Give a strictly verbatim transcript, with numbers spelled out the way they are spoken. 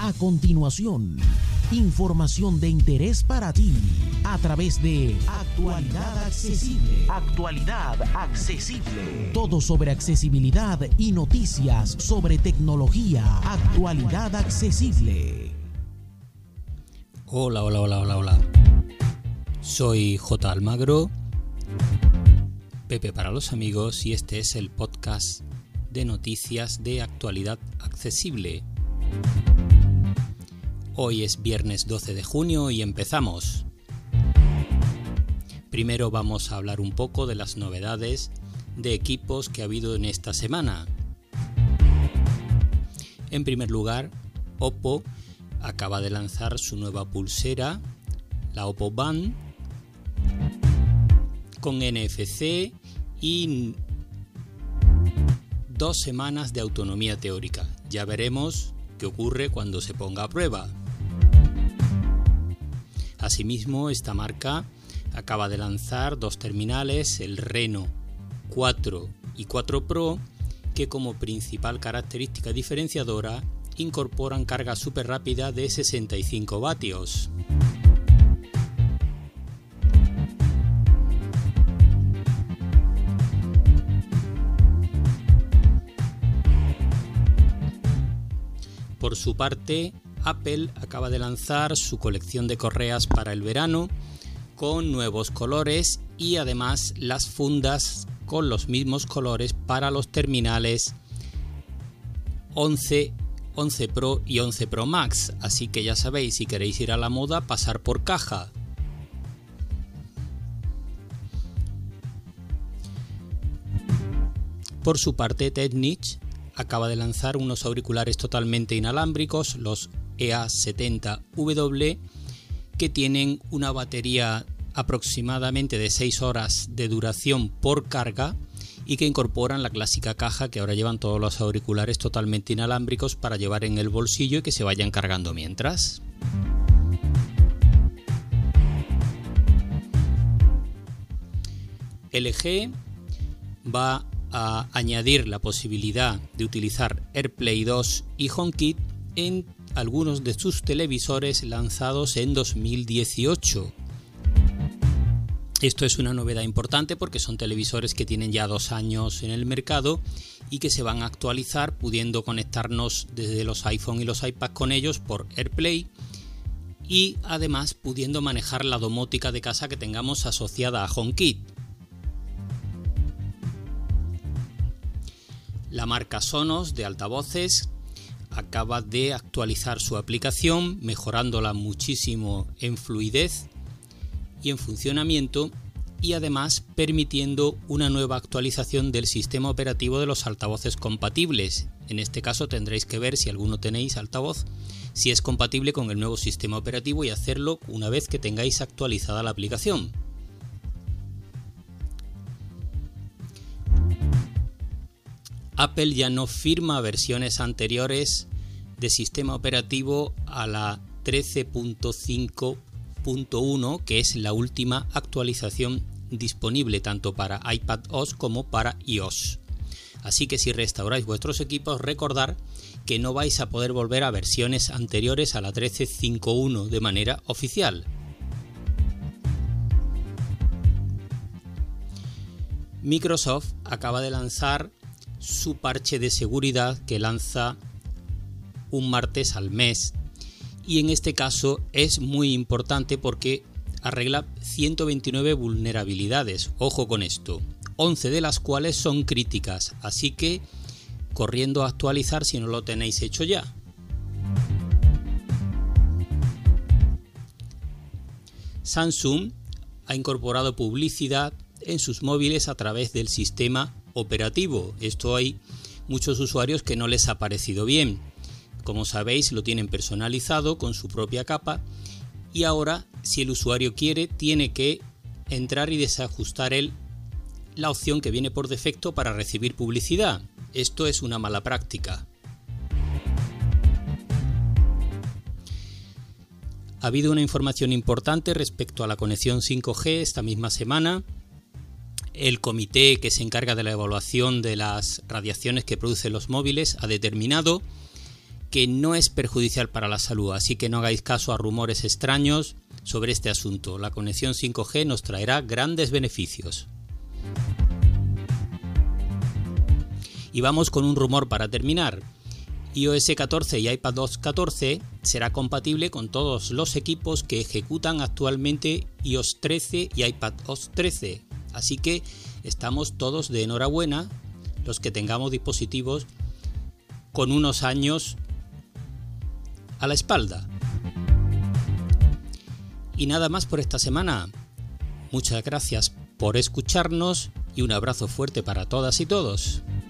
A continuación, información de interés para ti a través de Actualidad Accesible. Actualidad Accesible. Todo sobre accesibilidad y noticias sobre tecnología. Actualidad Accesible. Hola, hola, hola, hola, hola. Soy J. Almagro, Pepe para los amigos, y este es el podcast de noticias de Actualidad Accesible. Hoy es viernes doce de junio y empezamos. Primero vamos a hablar un poco de las novedades de equipos que ha habido en esta semana. En primer lugar, Oppo acaba de lanzar su nueva pulsera, la Oppo Band, con N F C y dos semanas de autonomía teórica. Ya veremos qué ocurre cuando se ponga a prueba. Asimismo, esta marca acaba de lanzar dos terminales, el Reno cuatro y cuatro Pro, que como principal característica diferenciadora incorporan carga súper rápida de sesenta y cinco vatios. Por su parte, Apple acaba de lanzar su colección de correas para el verano con nuevos colores y además las fundas con los mismos colores para los terminales once, once Pro y once Pro Max. Así que ya sabéis, si queréis ir a la moda, pasar por caja. Por su parte, Technics acaba de lanzar unos auriculares totalmente inalámbricos, los E A setenta W, que tienen una batería aproximadamente de seis horas de duración por carga y que incorporan la clásica caja que ahora llevan todos los auriculares totalmente inalámbricos para llevar en el bolsillo y que se vayan cargando mientras. L G va a añadir la posibilidad de utilizar AirPlay dos y HomeKit en algunos de sus televisores lanzados en dos mil dieciocho. Esto es una novedad importante porque son televisores que tienen ya dos años en el mercado y que se van a actualizar pudiendo conectarnos desde los iPhone y los iPad con ellos por AirPlay y además pudiendo manejar la domótica de casa que tengamos asociada a HomeKit. La marca Sonos de altavoces acaba de actualizar su aplicación, mejorándola muchísimo en fluidez y en funcionamiento, y además permitiendo una nueva actualización del sistema operativo de los altavoces compatibles. En este caso tendréis que ver, si alguno tenéis altavoz, si es compatible con el nuevo sistema operativo y hacerlo una vez que tengáis actualizada la aplicación. Apple ya no firma versiones anteriores de sistema operativo a la trece punto cinco punto uno, que es la última actualización disponible tanto para iPadOS como para iOS. Así que si restauráis vuestros equipos, recordad que no vais a poder volver a versiones anteriores a la trece punto cinco punto uno de manera oficial. Microsoft acaba de lanzar su parche de seguridad que lanza un martes al mes, y en este caso es muy importante porque arregla ciento veintinueve vulnerabilidades. Ojo con esto, once de las cuales son críticas, así que corriendo a actualizar si no lo tenéis hecho ya. Samsung ha incorporado publicidad en sus móviles a través del sistema operativo. Esto hay muchos usuarios que no les ha parecido bien. Como sabéis, lo tienen personalizado con su propia capa y ahora, si el usuario quiere, tiene que entrar y desajustar él la opción que viene por defecto para recibir publicidad. Esto es una mala práctica. Ha habido una información importante respecto a la conexión cinco G esta misma semana. El comité que se encarga de la evaluación de las radiaciones que producen los móviles ha determinado que no es perjudicial para la salud, así que no hagáis caso a rumores extraños sobre este asunto. La conexión cinco G nos traerá grandes beneficios. Y vamos con un rumor para terminar. i O S catorce y iPadOS catorce será compatible con todos los equipos que ejecutan actualmente i O S trece y iPadOS trece. Así que estamos todos de enhorabuena los que tengamos dispositivos con unos años a la espalda. Y nada más por esta semana. Muchas gracias por escucharnos y un abrazo fuerte para todas y todos.